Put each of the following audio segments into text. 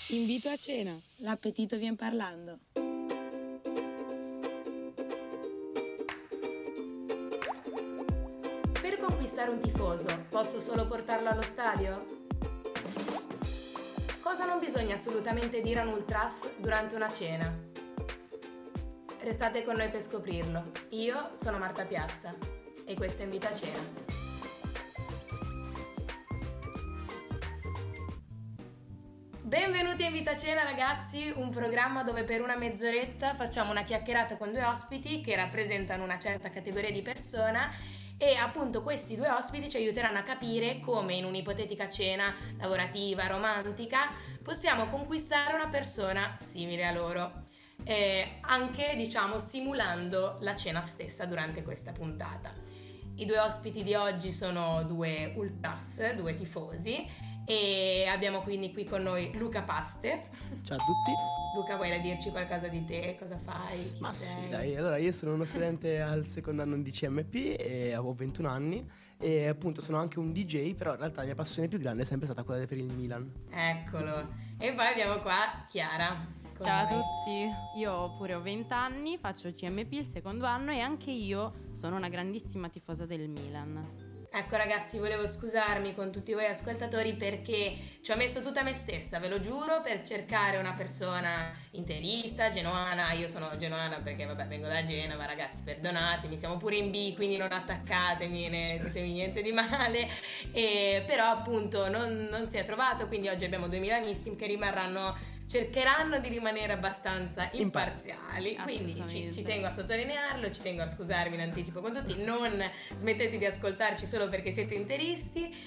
Invito a cena. L'appetito vien parlando. Per conquistare un tifoso, posso solo portarlo allo stadio? Cosa non bisogna assolutamente dire a un ultras durante una cena? Restate con noi per scoprirlo. Io sono Marta Piazza e questo è Invito a cena. Benvenuti a Invito a cena ragazzi, un programma dove per una mezz'oretta facciamo una chiacchierata con due ospiti che rappresentano una certa categoria di persona e appunto questi due ospiti ci aiuteranno a capire come in un'ipotetica cena lavorativa, romantica, possiamo conquistare una persona simile a loro. Anche diciamo simulando la cena stessa durante questa puntata. I due ospiti di oggi sono due ultras, due tifosi e abbiamo quindi qui con noi Luca Paste. Ciao a tutti. Luca, vuoi dirci qualcosa di te? Cosa fai? Chi sei? Sì, dai, allora io sono uno studente al secondo anno di CMP e ho 21 anni e appunto sono anche un DJ, però in realtà la mia passione più grande è sempre stata quella per il Milan. Eccolo. E poi abbiamo qua Chiara. Ciao a tutti, io pure ho 20 anni, faccio CMP il secondo anno e anche io sono una grandissima tifosa del Milan. Ecco ragazzi, volevo scusarmi con tutti voi ascoltatori perché ci ho messo tutta me stessa, ve lo giuro, per cercare una persona interista, genuana. Io sono genuana perché vabbè vengo da Genova, ragazzi perdonatemi, siamo pure in B, quindi non attaccatemi né ditemi niente di male, però appunto non si è trovato, quindi oggi abbiamo due milanisti che cercheranno di rimanere abbastanza imparziali, quindi ci tengo a sottolinearlo, ci tengo a scusarmi in anticipo con tutti, non smettete di ascoltarci solo perché siete interisti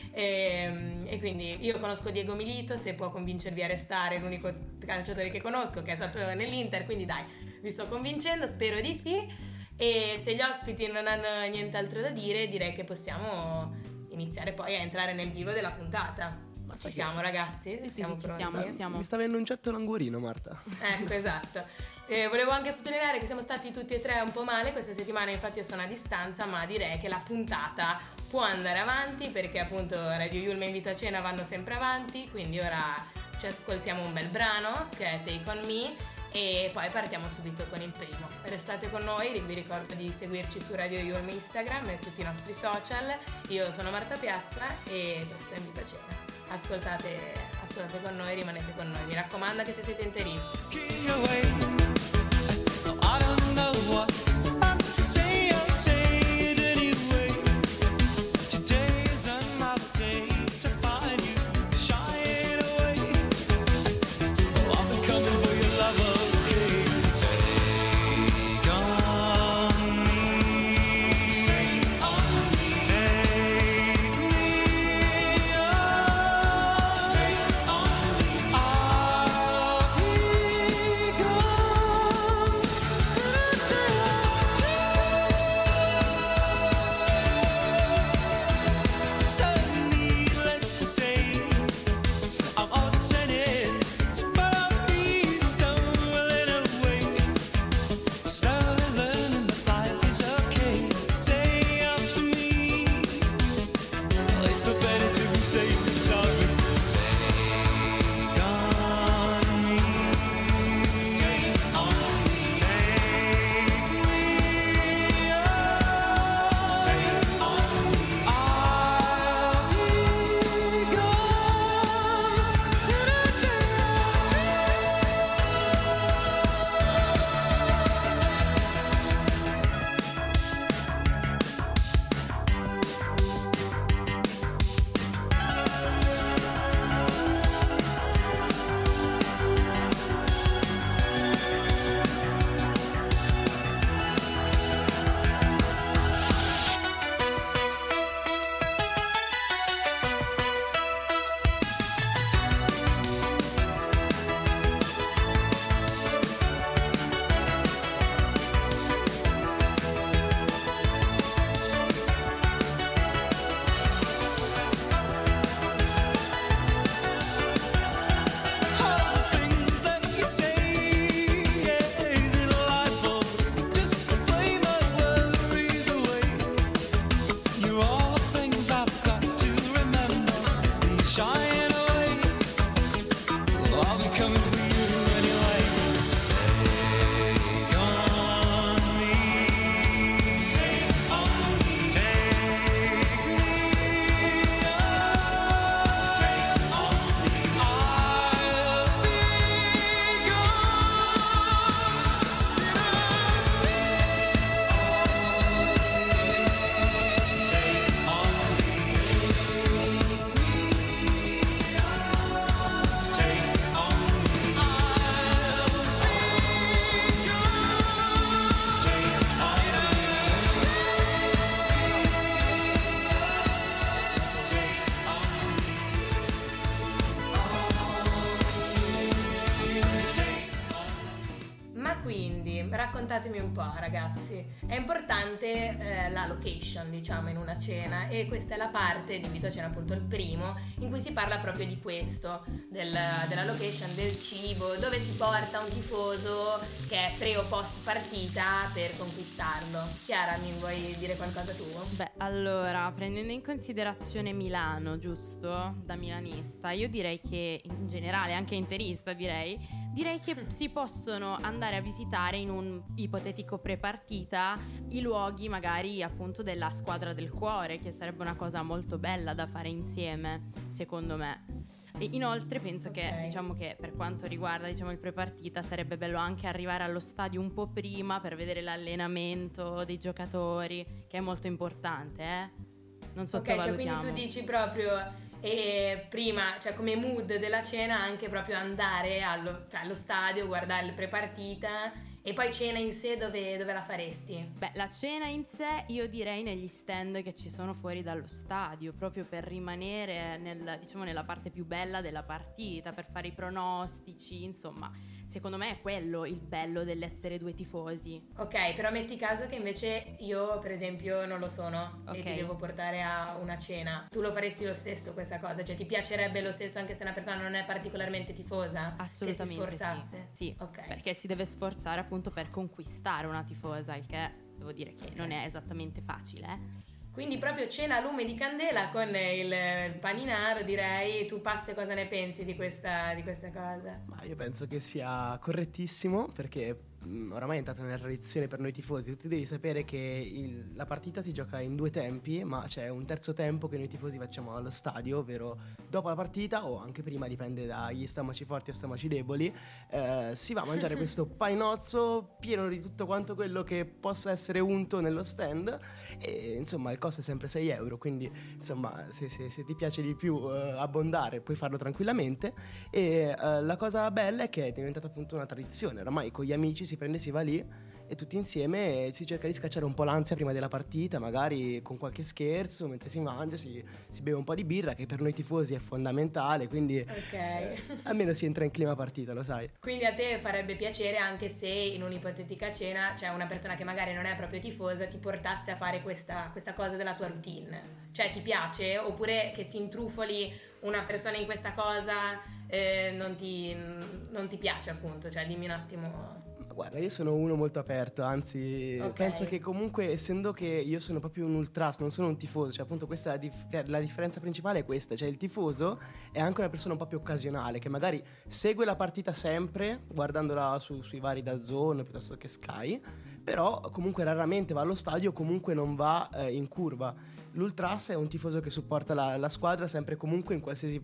e quindi io conosco Diego Milito, se può convincervi a restare, è l'unico calciatore che conosco che è stato nell'Inter, quindi dai, vi sto convincendo, spero di sì, e se gli ospiti non hanno nient'altro da dire direi che possiamo iniziare poi a entrare nel vivo della puntata. Ci siamo ragazzi? Siamo pronti? Mi sta avendo un certo languorino, Marta. Ecco, esatto. Volevo anche sottolineare che siamo stati tutti e tre un po' male questa settimana, infatti io sono a distanza, ma direi che la puntata può andare avanti perché appunto Radio Yulm e Invito a cena vanno sempre avanti, quindi ora ci ascoltiamo un bel brano che è Take On Me e poi partiamo subito con il primo. Restate con noi, vi ricordo di seguirci su Radio Yulm Instagram e tutti i nostri social. Io sono Marta Piazza e questo è Invito a cena. Ascoltate con noi, rimanete con noi. Mi raccomando che se siete interisti. raccontatemi un po', ragazzi. È importante la location, diciamo, in una cena, e questa è la parte di Invito a Cena, appunto il primo, in cui si parla proprio di questo, della location, del cibo, dove si porta un tifoso che è pre o post partita per conquistarlo. Chiara, mi vuoi dire qualcosa tu? Beh, allora, prendendo in considerazione Milano, giusto? Da milanista, io direi che in generale, anche interista direi che si possono andare a visitare in un ipotetico prepartita i luoghi magari appunto della squadra del cuore, che sarebbe una cosa molto bella da fare insieme, secondo me. E inoltre penso che, diciamo, che per quanto riguarda, diciamo, il prepartita, sarebbe bello anche arrivare allo stadio un po' prima per vedere l'allenamento dei giocatori, che è molto importante, non sottovalutiamo. Ok, cioè quindi tu dici proprio prima, cioè come mood della cena, anche proprio andare allo stadio, guardare il prepartita, e poi cena in sé dove la faresti? Beh, la cena in sé io direi negli stand che ci sono fuori dallo stadio, proprio per rimanere nella parte più bella della partita, per fare i pronostici, insomma. Secondo me è quello il bello dell'essere due tifosi. Ok, però metti caso che invece io, per esempio, non lo sono, okay, e ti devo portare a una cena. Tu lo faresti lo stesso questa cosa? Cioè ti piacerebbe lo stesso anche se una persona non è particolarmente tifosa? Assolutamente, che si sforzasse? Sì, okay, perché si deve sforzare appunto per conquistare una tifosa, il che devo dire che non è esattamente facile, Quindi proprio cena a lume di candela con il paninaro, direi. Tu, Paste, cosa ne pensi di questa cosa? Ma io penso che sia correttissimo, perché oramai è entrata nella tradizione per noi tifosi. Tu devi sapere che la partita si gioca in 2 tempi, ma c'è un terzo tempo che noi tifosi facciamo allo stadio, ovvero dopo la partita o anche prima, dipende dagli stomaci forti o stomaci deboli. Si va a mangiare questo paninozzo pieno di tutto quanto quello che possa essere unto nello stand, e insomma il costo è sempre 6 euro, quindi insomma se ti piace di più abbondare puoi farlo tranquillamente. E la cosa bella è che è diventata appunto una tradizione. Oramai con gli amici si va lì e tutti insieme si cerca di scacciare un po' l'ansia prima della partita, magari con qualche scherzo, mentre si mangia, si beve un po' di birra, che per noi tifosi è fondamentale, quindi almeno si entra in clima partita, lo sai. Quindi a te farebbe piacere anche se in un'ipotetica cena, cioè una persona che magari non è proprio tifosa, ti portasse a fare questa cosa della tua routine? Cioè ti piace? Oppure che si intrufoli una persona in questa cosa non ti piace, appunto? Cioè dimmi un attimo. Guarda, io sono uno molto aperto, anzi penso che comunque, essendo che io sono proprio un ultras, non sono un tifoso, cioè appunto questa la differenza principale è questa, cioè il tifoso è anche una persona un po' più occasionale, che magari segue la partita sempre guardandola sui vari DAZN piuttosto che Sky, però comunque raramente va allo stadio, comunque non va in curva. L'ultras è un tifoso che supporta la squadra sempre e comunque in qualsiasi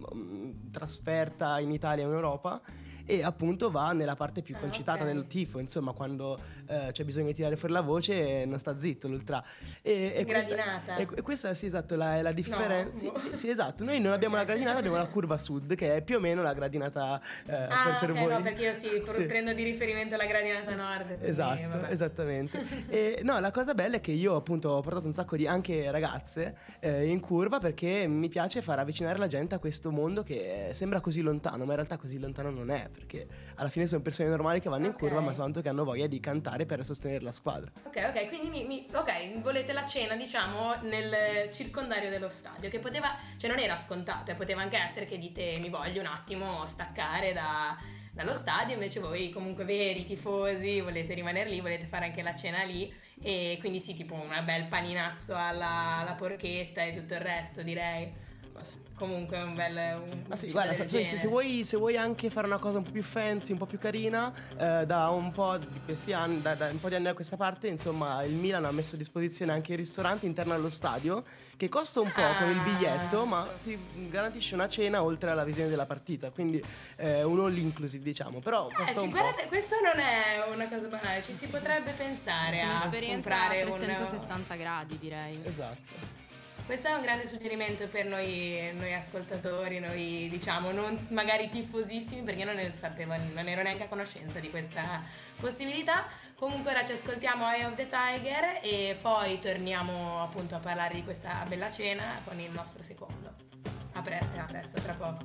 trasferta in Italia o in Europa, e appunto va nella parte più concitata del tifo, insomma quando c'è bisogno di tirare fuori la voce non sta zitto l'ultra, e questa sì, esatto, è la differenza. No. Sì, esatto, noi non abbiamo la gradinata, abbiamo la curva sud, che è più o meno la gradinata per voi. No, perché io sì, prendo di riferimento la gradinata nord, esatto, esattamente. E no, la cosa bella è che io appunto ho portato un sacco di anche ragazze in curva, perché mi piace far avvicinare la gente a questo mondo che sembra così lontano, ma in realtà così lontano non è, perché alla fine sono persone normali che vanno in curva, ma soltanto che hanno voglia di cantare per sostenere la squadra. Ok, quindi volete la cena, diciamo, nel circondario dello stadio, che poteva, cioè non era scontato, poteva anche essere che dite mi voglio un attimo staccare dallo stadio, invece voi comunque veri tifosi volete rimanere lì, volete fare anche la cena lì, e quindi sì, tipo un bel paninazzo alla porchetta e tutto il resto, direi. Comunque un bel guarda, se vuoi anche fare una cosa un po' più fancy, un po' più carina, da un po' di questi anni, da un po' di anni a questa parte, insomma, il Milan ha messo a disposizione anche il ristorante interno allo stadio, che costa un po' con il biglietto, ma ti garantisce una cena oltre alla visione della partita, quindi un all inclusive, diciamo, però costa un guardate, questo non è una cosa banale, ci si potrebbe pensare a comprare a 360 gradi, direi. Esatto. Questo è un grande suggerimento per noi ascoltatori, noi diciamo non magari tifosissimi, perché non ero neanche a conoscenza di questa possibilità. Comunque ora ci ascoltiamo Eye of the Tiger e poi torniamo appunto a parlare di questa bella cena con il nostro secondo. A presto, tra poco.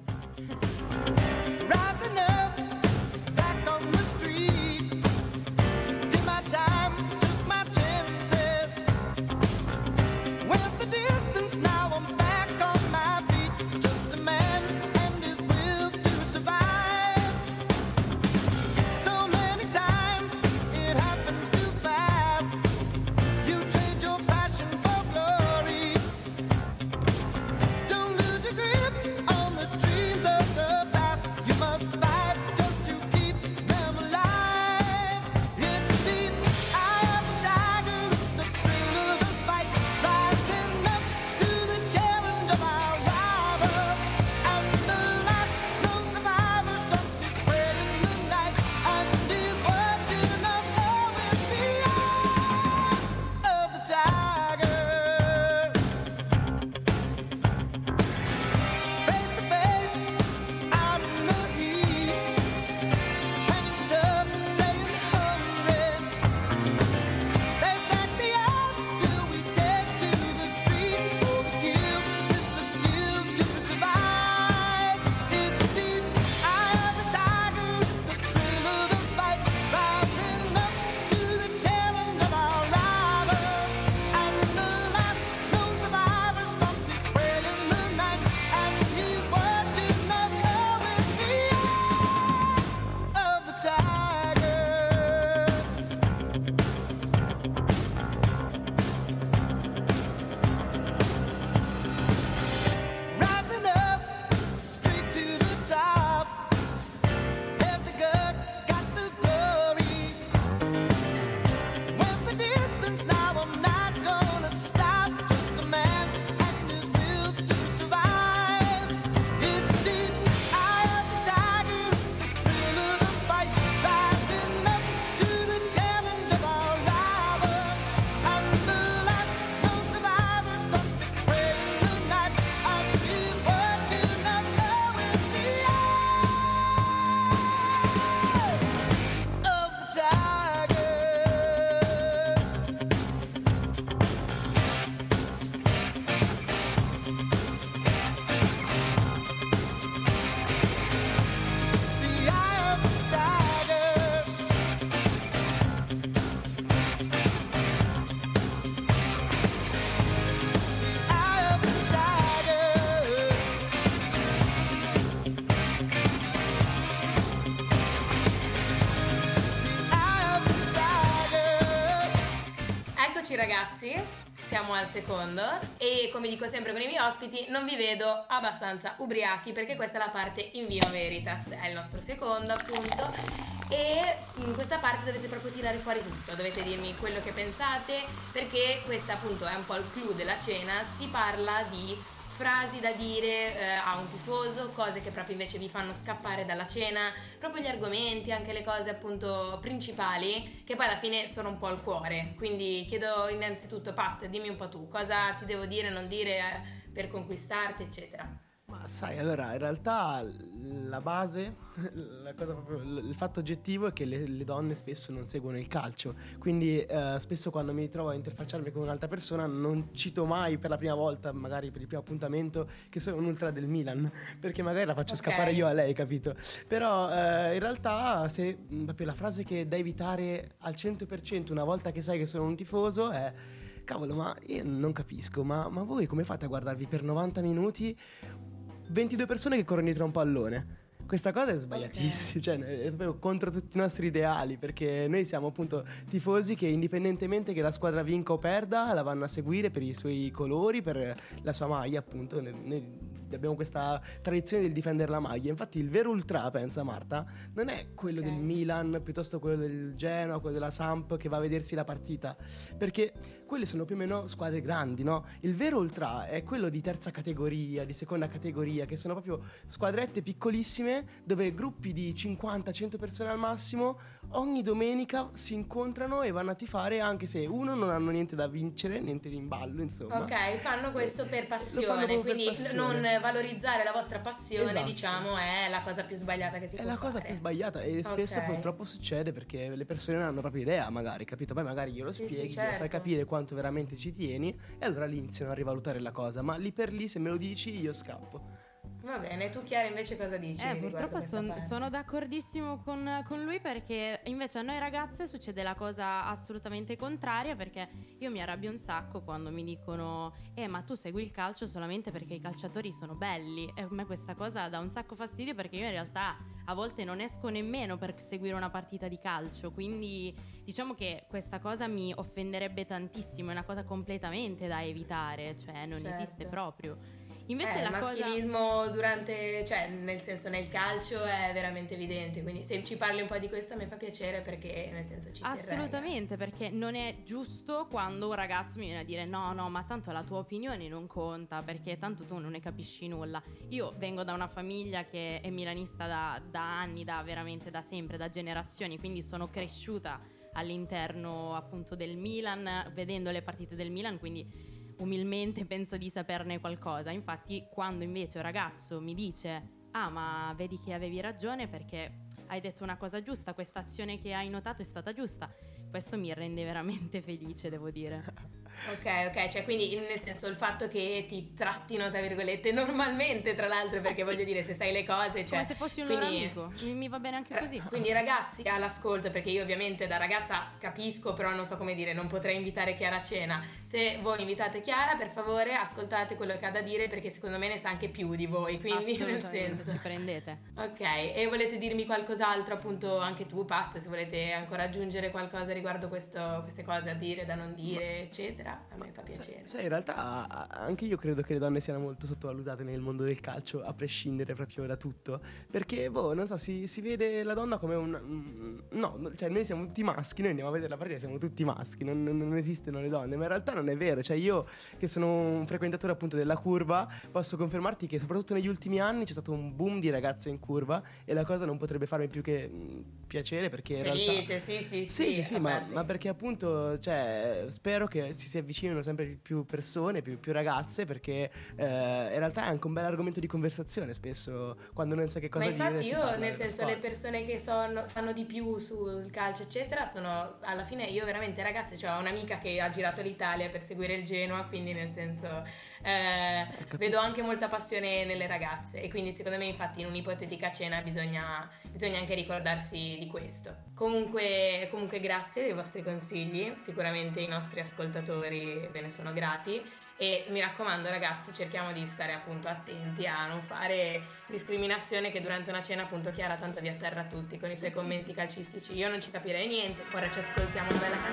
Rising up, back on the street. ragazzi, siamo al secondo e come dico sempre con i miei ospiti, non vi vedo abbastanza ubriachi perché questa è la parte in vino veritas, è il nostro secondo appunto, e in questa parte dovete proprio tirare fuori tutto, dovete dirmi quello che pensate, perché questa appunto è un po' il clou della cena. Si parla di frasi da dire a un tifoso, cose che proprio invece vi fanno scappare dalla cena, proprio gli argomenti, anche le cose appunto principali che poi alla fine sono un po' il cuore. Quindi chiedo innanzitutto, Pastor, dimmi un po' tu cosa ti devo dire, non dire per conquistarti, eccetera. Ma sai, allora, in realtà la base, la cosa proprio, il fatto oggettivo è che le donne spesso non seguono il calcio, quindi spesso quando mi trovo a interfacciarmi con un'altra persona non cito mai per la prima volta, magari per il primo appuntamento, che sono un ultra del Milan, perché magari la faccio scappare io a lei, capito? Però in realtà se proprio la frase che da evitare al 100% una volta che sai che sono un tifoso è: cavolo, ma io non capisco, ma voi come fate a guardarvi per 90 minuti 22 persone che corrono dietro a un pallone? Questa cosa è sbagliatissima, cioè è proprio contro tutti i nostri ideali, perché noi siamo appunto tifosi che indipendentemente che la squadra vinca o perda la vanno a seguire per i suoi colori, per la sua maglia appunto. Noi abbiamo questa tradizione del difendere la maglia. Infatti il vero ultra, pensa Marta, non è quello del Milan piuttosto quello del Genoa, quello della Samp che va a vedersi la partita, perché quelle sono più o meno squadre grandi, no? Il vero ultra è quello di terza categoria, di seconda categoria, che sono proprio squadrette piccolissime dove gruppi di 50-100 persone al massimo ogni domenica si incontrano e vanno a tifare, anche se uno non hanno niente da vincere, niente di in ballo, insomma. Ok, fanno questo per passione, quindi per passione. Non valorizzare la vostra passione, Esatto. diciamo, è la cosa più sbagliata che si può fare. È la cosa più sbagliata e spesso purtroppo succede perché le persone non hanno proprio idea, magari, capito? Poi magari glielo spieghi, certo. fai capire quanto veramente ci tieni e allora lì iniziano a rivalutare la cosa, ma lì per lì se me lo dici io scappo. Va bene, tu Chiara invece cosa dici? Purtroppo sono d'accordissimo con lui, perché invece a noi ragazze succede la cosa assolutamente contraria, perché io mi arrabbio un sacco quando mi dicono ma tu segui il calcio solamente perché i calciatori sono belli, e a me questa cosa dà un sacco fastidio, perché io in realtà a volte non esco nemmeno per seguire una partita di calcio, quindi diciamo che questa cosa mi offenderebbe tantissimo, è una cosa completamente da evitare, cioè non esiste proprio. Invece il maschilismo durante, cioè nel senso nel calcio è veramente evidente, quindi se ci parli un po' di questo mi fa piacere, perché nel senso ci terrei. Assolutamente, perché non è giusto quando un ragazzo mi viene a dire no ma tanto la tua opinione non conta, perché tanto tu non ne capisci nulla. Io vengo da una famiglia che è milanista da anni, veramente da sempre, da generazioni, quindi sono cresciuta all'interno appunto del Milan, vedendo le partite del Milan, quindi umilmente penso di saperne qualcosa. Infatti quando invece un ragazzo mi dice ma vedi che avevi ragione perché hai detto una cosa giusta, questa azione che hai notato è stata giusta, questo mi rende veramente felice, devo dire. Ok, cioè quindi nel senso il fatto che ti trattino tra virgolette normalmente, tra l'altro, perché voglio dire, se sai le cose, cioè come se fossi un loro amico, mi va bene anche così. Quindi ragazzi all'ascolto, perché io ovviamente da ragazza capisco, però non so come dire, non potrei invitare Chiara a cena. Se voi invitate Chiara, per favore ascoltate quello che ha da dire, perché secondo me ne sa anche più di voi, quindi nel senso ci prendete. Ok, e volete dirmi qualcos'altro, appunto anche tu Pasto, se volete ancora aggiungere qualcosa riguardo queste cose da dire, da non dire, eccetera, a me fa piacere. Sai, in realtà anche io credo che le donne siano molto sottovalutate nel mondo del calcio, a prescindere proprio da tutto, perché non so, si vede la donna come no, cioè noi siamo tutti maschi, noi andiamo a vedere la partita, siamo tutti maschi, non esistono le donne, ma in realtà non è vero. Cioè io che sono un frequentatore appunto della curva posso confermarti che soprattutto negli ultimi anni c'è stato un boom di ragazze in curva e la cosa non potrebbe farmi più che piacere, perché in realtà sì, ma perché appunto, cioè, spero che ci si avvicinino sempre più persone, più ragazze, perché in realtà è anche un bel argomento di conversazione spesso quando non sai che cosa dire. Ma infatti io nel senso le persone che sanno di più sul calcio eccetera sono alla fine, io veramente ragazze, cioè ho un'amica che ha girato l'Italia per seguire il Genoa, quindi nel senso vedo anche molta passione nelle ragazze, e quindi secondo me infatti in un'ipotetica cena bisogna anche ricordarsi di questo. Comunque grazie dei vostri consigli, sicuramente i nostri ascoltatori ve ne sono grati, E mi raccomando ragazzi, cerchiamo di stare appunto attenti a non fare discriminazione, che durante una cena appunto Chiara tanto vi atterra tutti con i suoi commenti calcistici. Io non ci capirei niente. Ora ci ascoltiamo una bella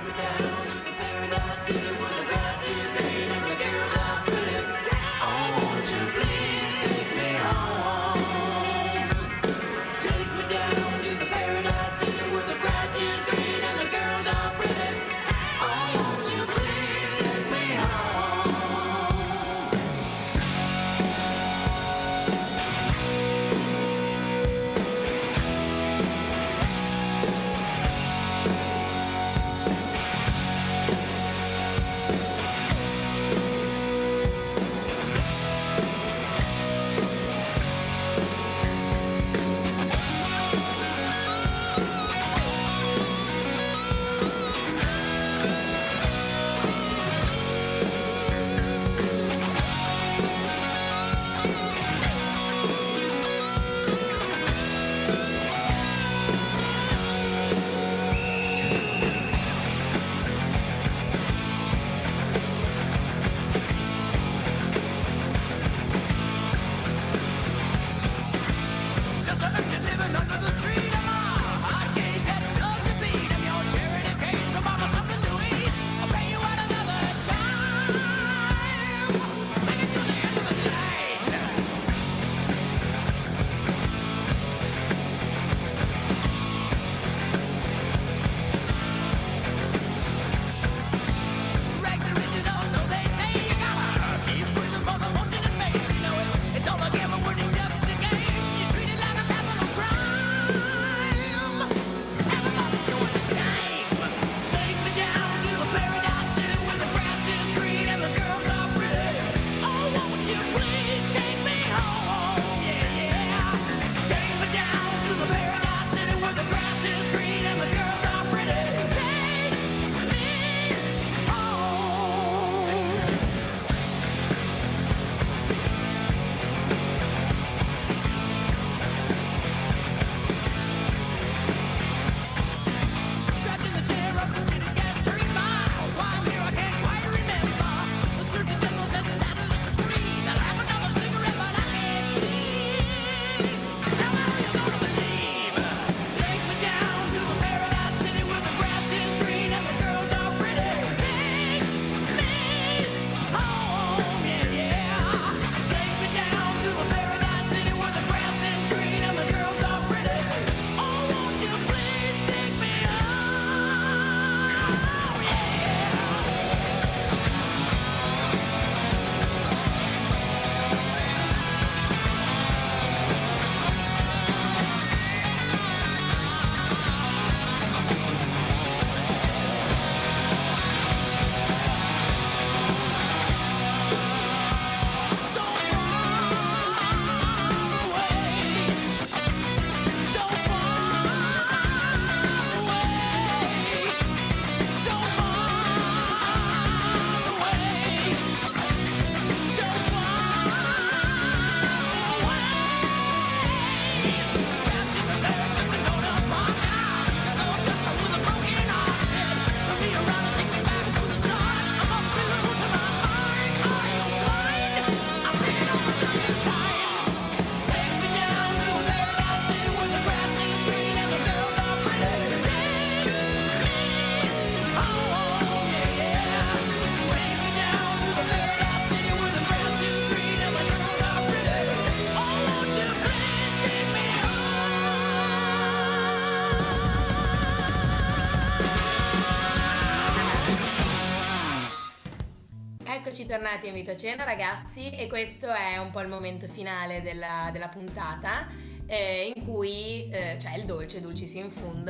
Eccoci tornati in Vita Cena ragazzi, e questo è un po' il momento finale della puntata, in cui cioè il dolce dulcis in fondo,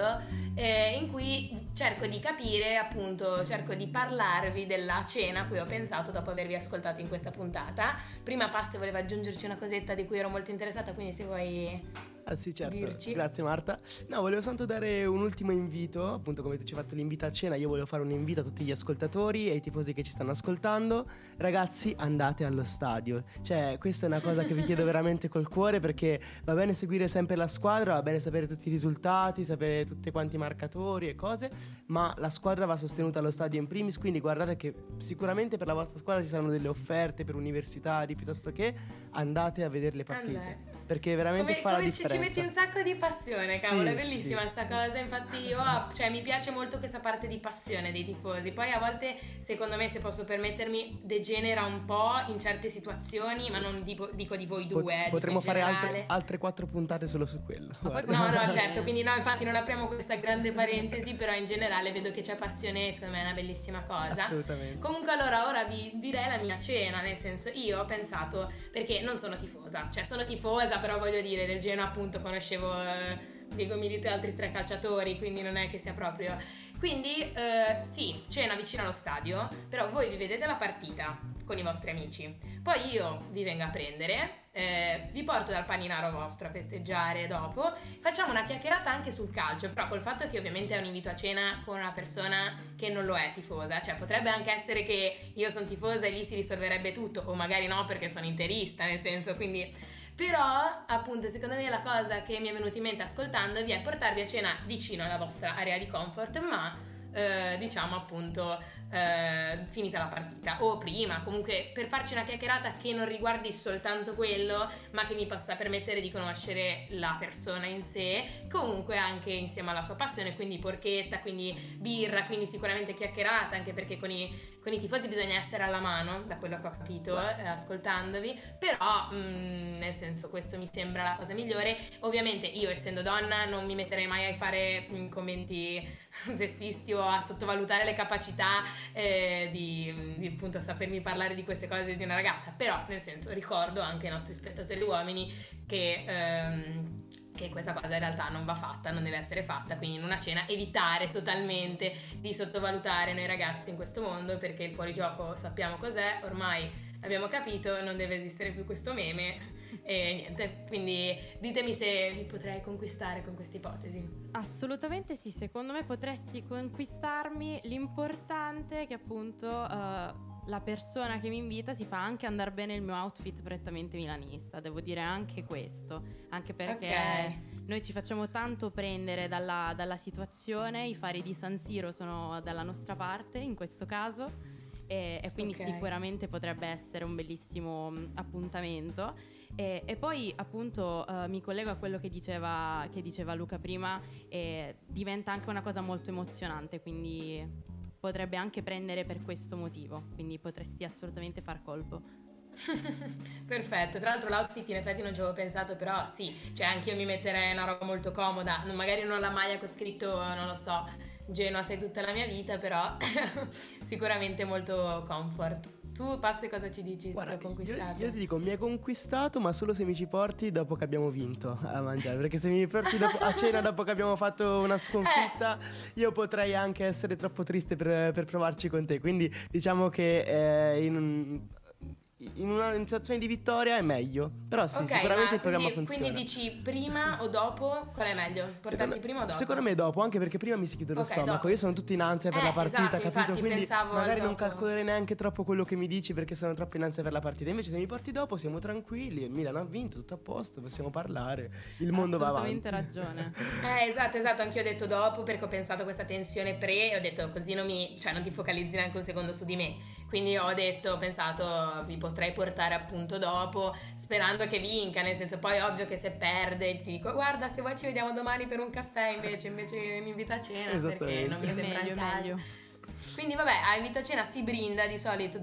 in cui cerco di capire, appunto, cerco di parlarvi della cena a cui ho pensato dopo avervi ascoltato in questa puntata. Prima Paste voleva aggiungerci una cosetta di cui ero molto interessata, quindi se vuoi Ah sì, certo, dirci? grazie Marta. No, volevo soltanto dare un ultimo invito, appunto come tu ci hai fatto l'invito a cena, io volevo fare un invito a tutti gli ascoltatori e ai tifosi che ci stanno ascoltando. Ragazzi, andate allo stadio, cioè questa è una cosa che vi chiedo veramente col cuore, perché va bene seguire sempre la squadra, va bene sapere tutti i risultati, sapere tutti quanti i marcatori e cose, ma la squadra va sostenuta allo stadio in primis, quindi guardate che sicuramente per la vostra squadra ci saranno delle offerte per universitari, piuttosto che andate a vedere le partite. Perché veramente fa la differenza. Ci metti un sacco di passione, cavolo, è bellissima sta cosa. Infatti io cioè, mi piace molto questa parte di passione dei tifosi. Poi a volte, secondo me, se posso permettermi, degenera un po' in certe situazioni, ma non dico di voi due. Potremmo fare altre 4 puntate solo su quello. No, certo, quindi no, infatti non apriamo questa grande parentesi, però in generale vedo che c'è passione e secondo me è una bellissima cosa. Assolutamente. Comunque allora ora vi direi la mia cena, nel senso io ho pensato, perché non sono tifosa, cioè sono tifosa, però voglio dire, del Genoa appunto conoscevo Diego Milito e altri 3 calciatori, quindi non è che sia proprio... Quindi sì, cena vicino allo stadio, però voi vi vedete la partita con i vostri amici, poi io vi vengo a prendere, vi porto dal paninaro vostro a festeggiare dopo, facciamo una chiacchierata anche sul calcio, però col fatto che ovviamente è un invito a cena con una persona che non lo è tifosa, cioè potrebbe anche essere che io sono tifosa e lì si risolverebbe tutto, o magari no perché sono interista, nel senso, quindi... Però, appunto, secondo me la cosa che mi è venuta in mente ascoltandovi è portarvi a cena vicino alla vostra area di comfort, ma diciamo appunto finita la partita o prima, comunque per farci una chiacchierata che non riguardi soltanto quello, ma che mi possa permettere di conoscere la persona in sé, comunque anche insieme alla sua passione, quindi porchetta, quindi birra, quindi sicuramente chiacchierata, anche perché con i tifosi bisogna essere alla mano, da quello che ho capito ascoltandovi, però nel senso questo mi sembra la cosa migliore. Ovviamente io essendo donna non mi metterei mai a fare commenti sessisti o a sottovalutare le capacità di appunto sapermi parlare di queste cose di una ragazza, però nel senso ricordo anche ai nostri spettatori uomini che questa cosa in realtà non va fatta, non deve essere fatta, quindi in una cena evitare totalmente di sottovalutare noi ragazzi in questo mondo, perché il fuorigioco sappiamo cos'è, ormai abbiamo capito, non deve esistere più questo meme e niente, quindi ditemi se vi potrei conquistare con questa ipotesi. Assolutamente sì, secondo me potresti conquistarmi, l'importante è che appunto la persona che mi invita si fa anche andare bene il mio outfit prettamente milanista, devo dire anche questo, anche perché noi ci facciamo tanto prendere dalla situazione, i fari di San Siro sono dalla nostra parte in questo caso e quindi sicuramente potrebbe essere un bellissimo appuntamento. E poi appunto mi collego a quello che diceva Luca prima, diventa anche una cosa molto emozionante, quindi potrebbe anche prendere per questo motivo, quindi potresti assolutamente far colpo. Perfetto, tra l'altro l'outfit in effetti non ci avevo pensato, però sì, cioè anche io mi metterei una roba molto comoda, magari non la maglia con scritto, non lo so, Genoa sei tutta la mia vita, però sicuramente molto comfort. Tu, Paste, cosa ci dici? Guarda, conquistato? Io ti dico, mi hai conquistato, ma solo se mi ci porti dopo che abbiamo vinto a mangiare, perché se mi porti a cena dopo che abbiamo fatto una sconfitta, io potrei anche essere troppo triste per provarci con te, quindi diciamo che in una situazione di vittoria è meglio, però sì, sicuramente il programma funziona. Quindi dici prima o dopo? Qual è meglio? Portarti prima o dopo? Secondo me dopo, anche perché prima mi si chiude lo stomaco, dopo. Io sono tutto in ansia per la partita, esatto, capito? Quindi magari non dopo. calcolerei neanche troppo quello che mi dici perché sono troppo in ansia per la partita. Invece se mi porti dopo siamo tranquilli, il Milan ha vinto, tutto a posto, possiamo parlare, il mondo va avanti. Assolutamente ragione. Esatto, anch'io ho detto dopo perché ho pensato a questa tensione pre e ho detto così non ti focalizzi neanche un secondo su di me. Quindi ho pensato vi potrei portare appunto dopo, sperando che vinca, nel senso poi ovvio che se perde ti dico guarda se vuoi ci vediamo domani per un caffè invece mi invita a cena perché non mi sembra il caso. Quindi vabbè, a invito a cena si brinda di solito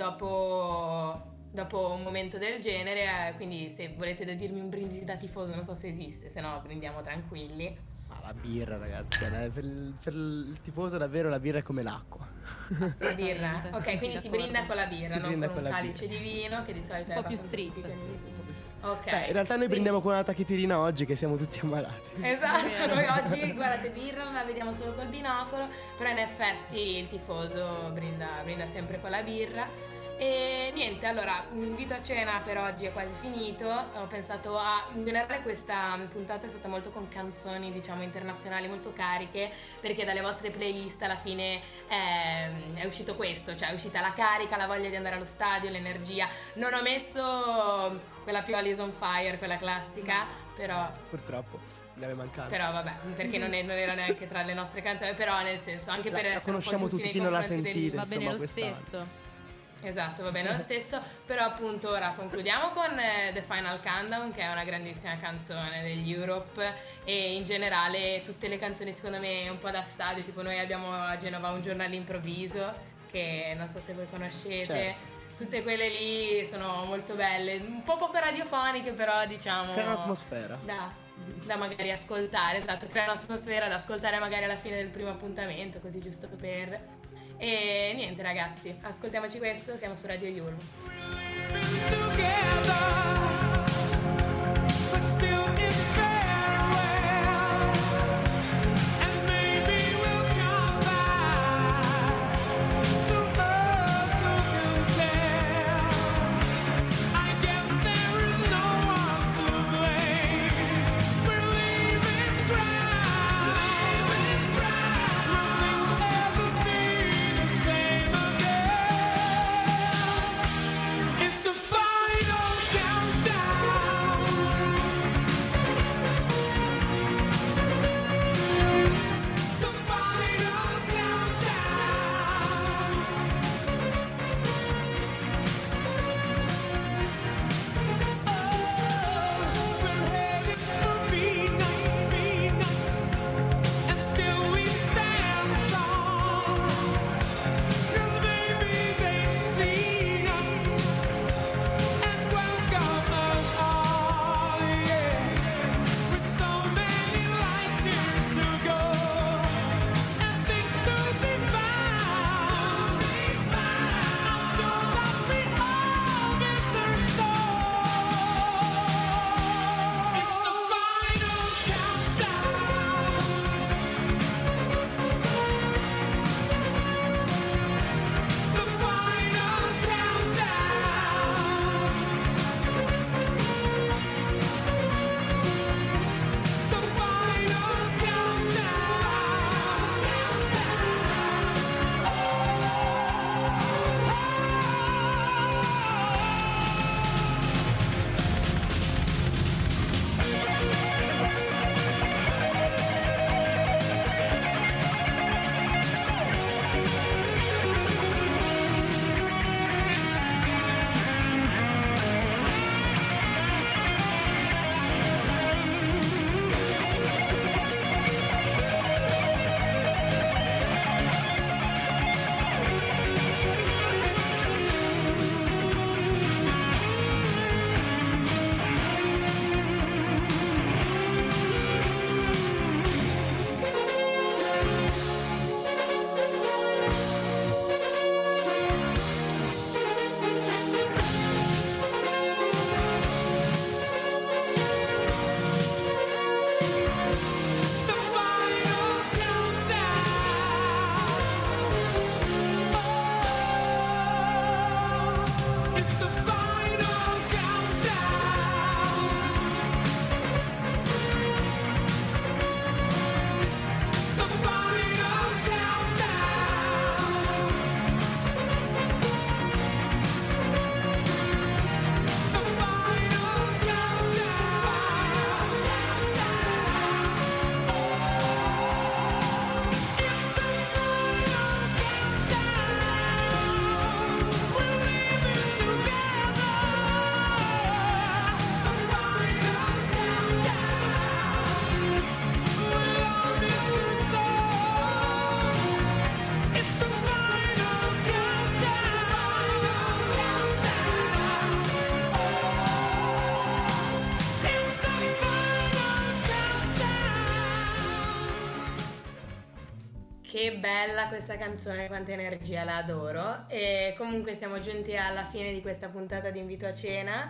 dopo un momento del genere, quindi se volete dirmi un brindisi da tifoso non so se esiste, se no brindiamo tranquilli. La birra, ragazzi, per il tifoso davvero la birra è come l'acqua. La birra? Ok, quindi si brinda con la birra, non con un calice di vino che di solito è un po' più street. Ok. Beh, in realtà noi brindiamo con una tachipirina oggi che siamo tutti ammalati. Esatto, noi oggi, guardate, birra non la vediamo solo col binocolo, però in effetti il tifoso brinda sempre con la birra. E niente, allora, l'invito a cena per oggi è quasi finito. Ho pensato in generale questa puntata è stata molto con canzoni, diciamo, internazionali molto cariche, perché dalle vostre playlist alla fine è uscito questo, cioè è uscita la carica, la voglia di andare allo stadio, l'energia. Non ho messo quella più Alice on Fire, quella classica, però Purtroppo ne aveva mancanza. però vabbè, perché non era neanche tra le nostre canzoni, però nel senso, anche per la essere un po' conosciamo giusti tutti, nei chi non l'ha confronti del- sentita, Va bene insomma, lo quest'anno. stesso. Esatto, va bene lo stesso, però appunto ora concludiamo con The Final Countdown, che è una grandissima canzone degli Europe, e in generale tutte le canzoni secondo me un po' da stadio, tipo noi abbiamo a Genova Un giorno all'improvviso, che non so se voi conoscete. Certo. Tutte quelle lì sono molto belle, un po' poco radiofoniche, però diciamo Crea un'atmosfera. da magari ascoltare, esatto, crea un'atmosfera da ascoltare magari alla fine del primo appuntamento, così giusto per... E niente ragazzi, ascoltiamoci questo, siamo su Radio Yulm. It's the final Che bella questa canzone, quanta energia, la adoro. E comunque siamo giunti alla fine di questa puntata di Invito a Cena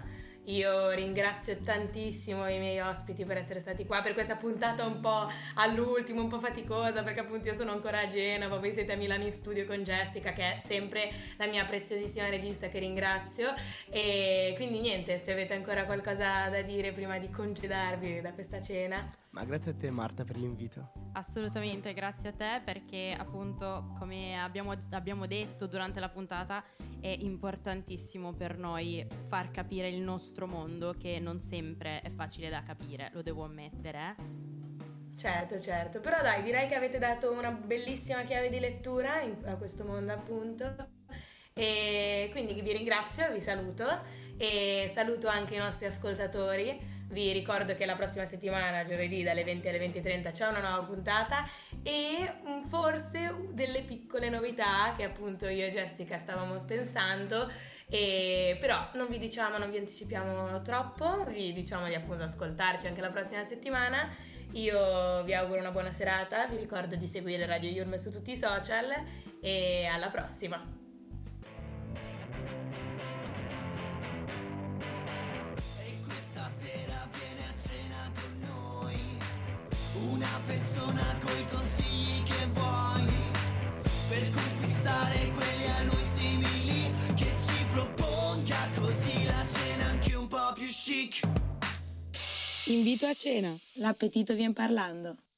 Io ringrazio tantissimo i miei ospiti per essere stati qua per questa puntata un po' all'ultimo, un po' faticosa, perché appunto io sono ancora a Genova, voi siete a Milano in studio con Jessica, che è sempre la mia preziosissima regista, che ringrazio. E quindi niente, se avete ancora qualcosa da dire prima di congedarvi da questa cena. Ma grazie a te Marta per l'invito. Assolutamente, grazie a te, perché appunto, come abbiamo detto durante la puntata, è importantissimo per noi far capire il nostro mondo, che non sempre è facile da capire, lo devo ammettere. Certo, però dai, direi che avete dato una bellissima chiave di lettura a questo mondo, appunto. E quindi vi ringrazio, vi saluto e saluto anche i nostri ascoltatori. Vi ricordo che la prossima settimana, giovedì dalle 20 alle 20:30, c'è una nuova puntata e forse delle piccole novità che appunto io e Jessica stavamo pensando, però non vi anticipiamo troppo, vi diciamo di appunto ascoltarci anche la prossima settimana. Io vi auguro una buona serata, vi ricordo di seguire Radio Yulm su tutti i social e alla prossima! Una persona coi consigli che vuoi per conquistare quelli a lui simili, che ci proponga così la cena anche un po' più chic. Invito a cena, l'appetito vien parlando.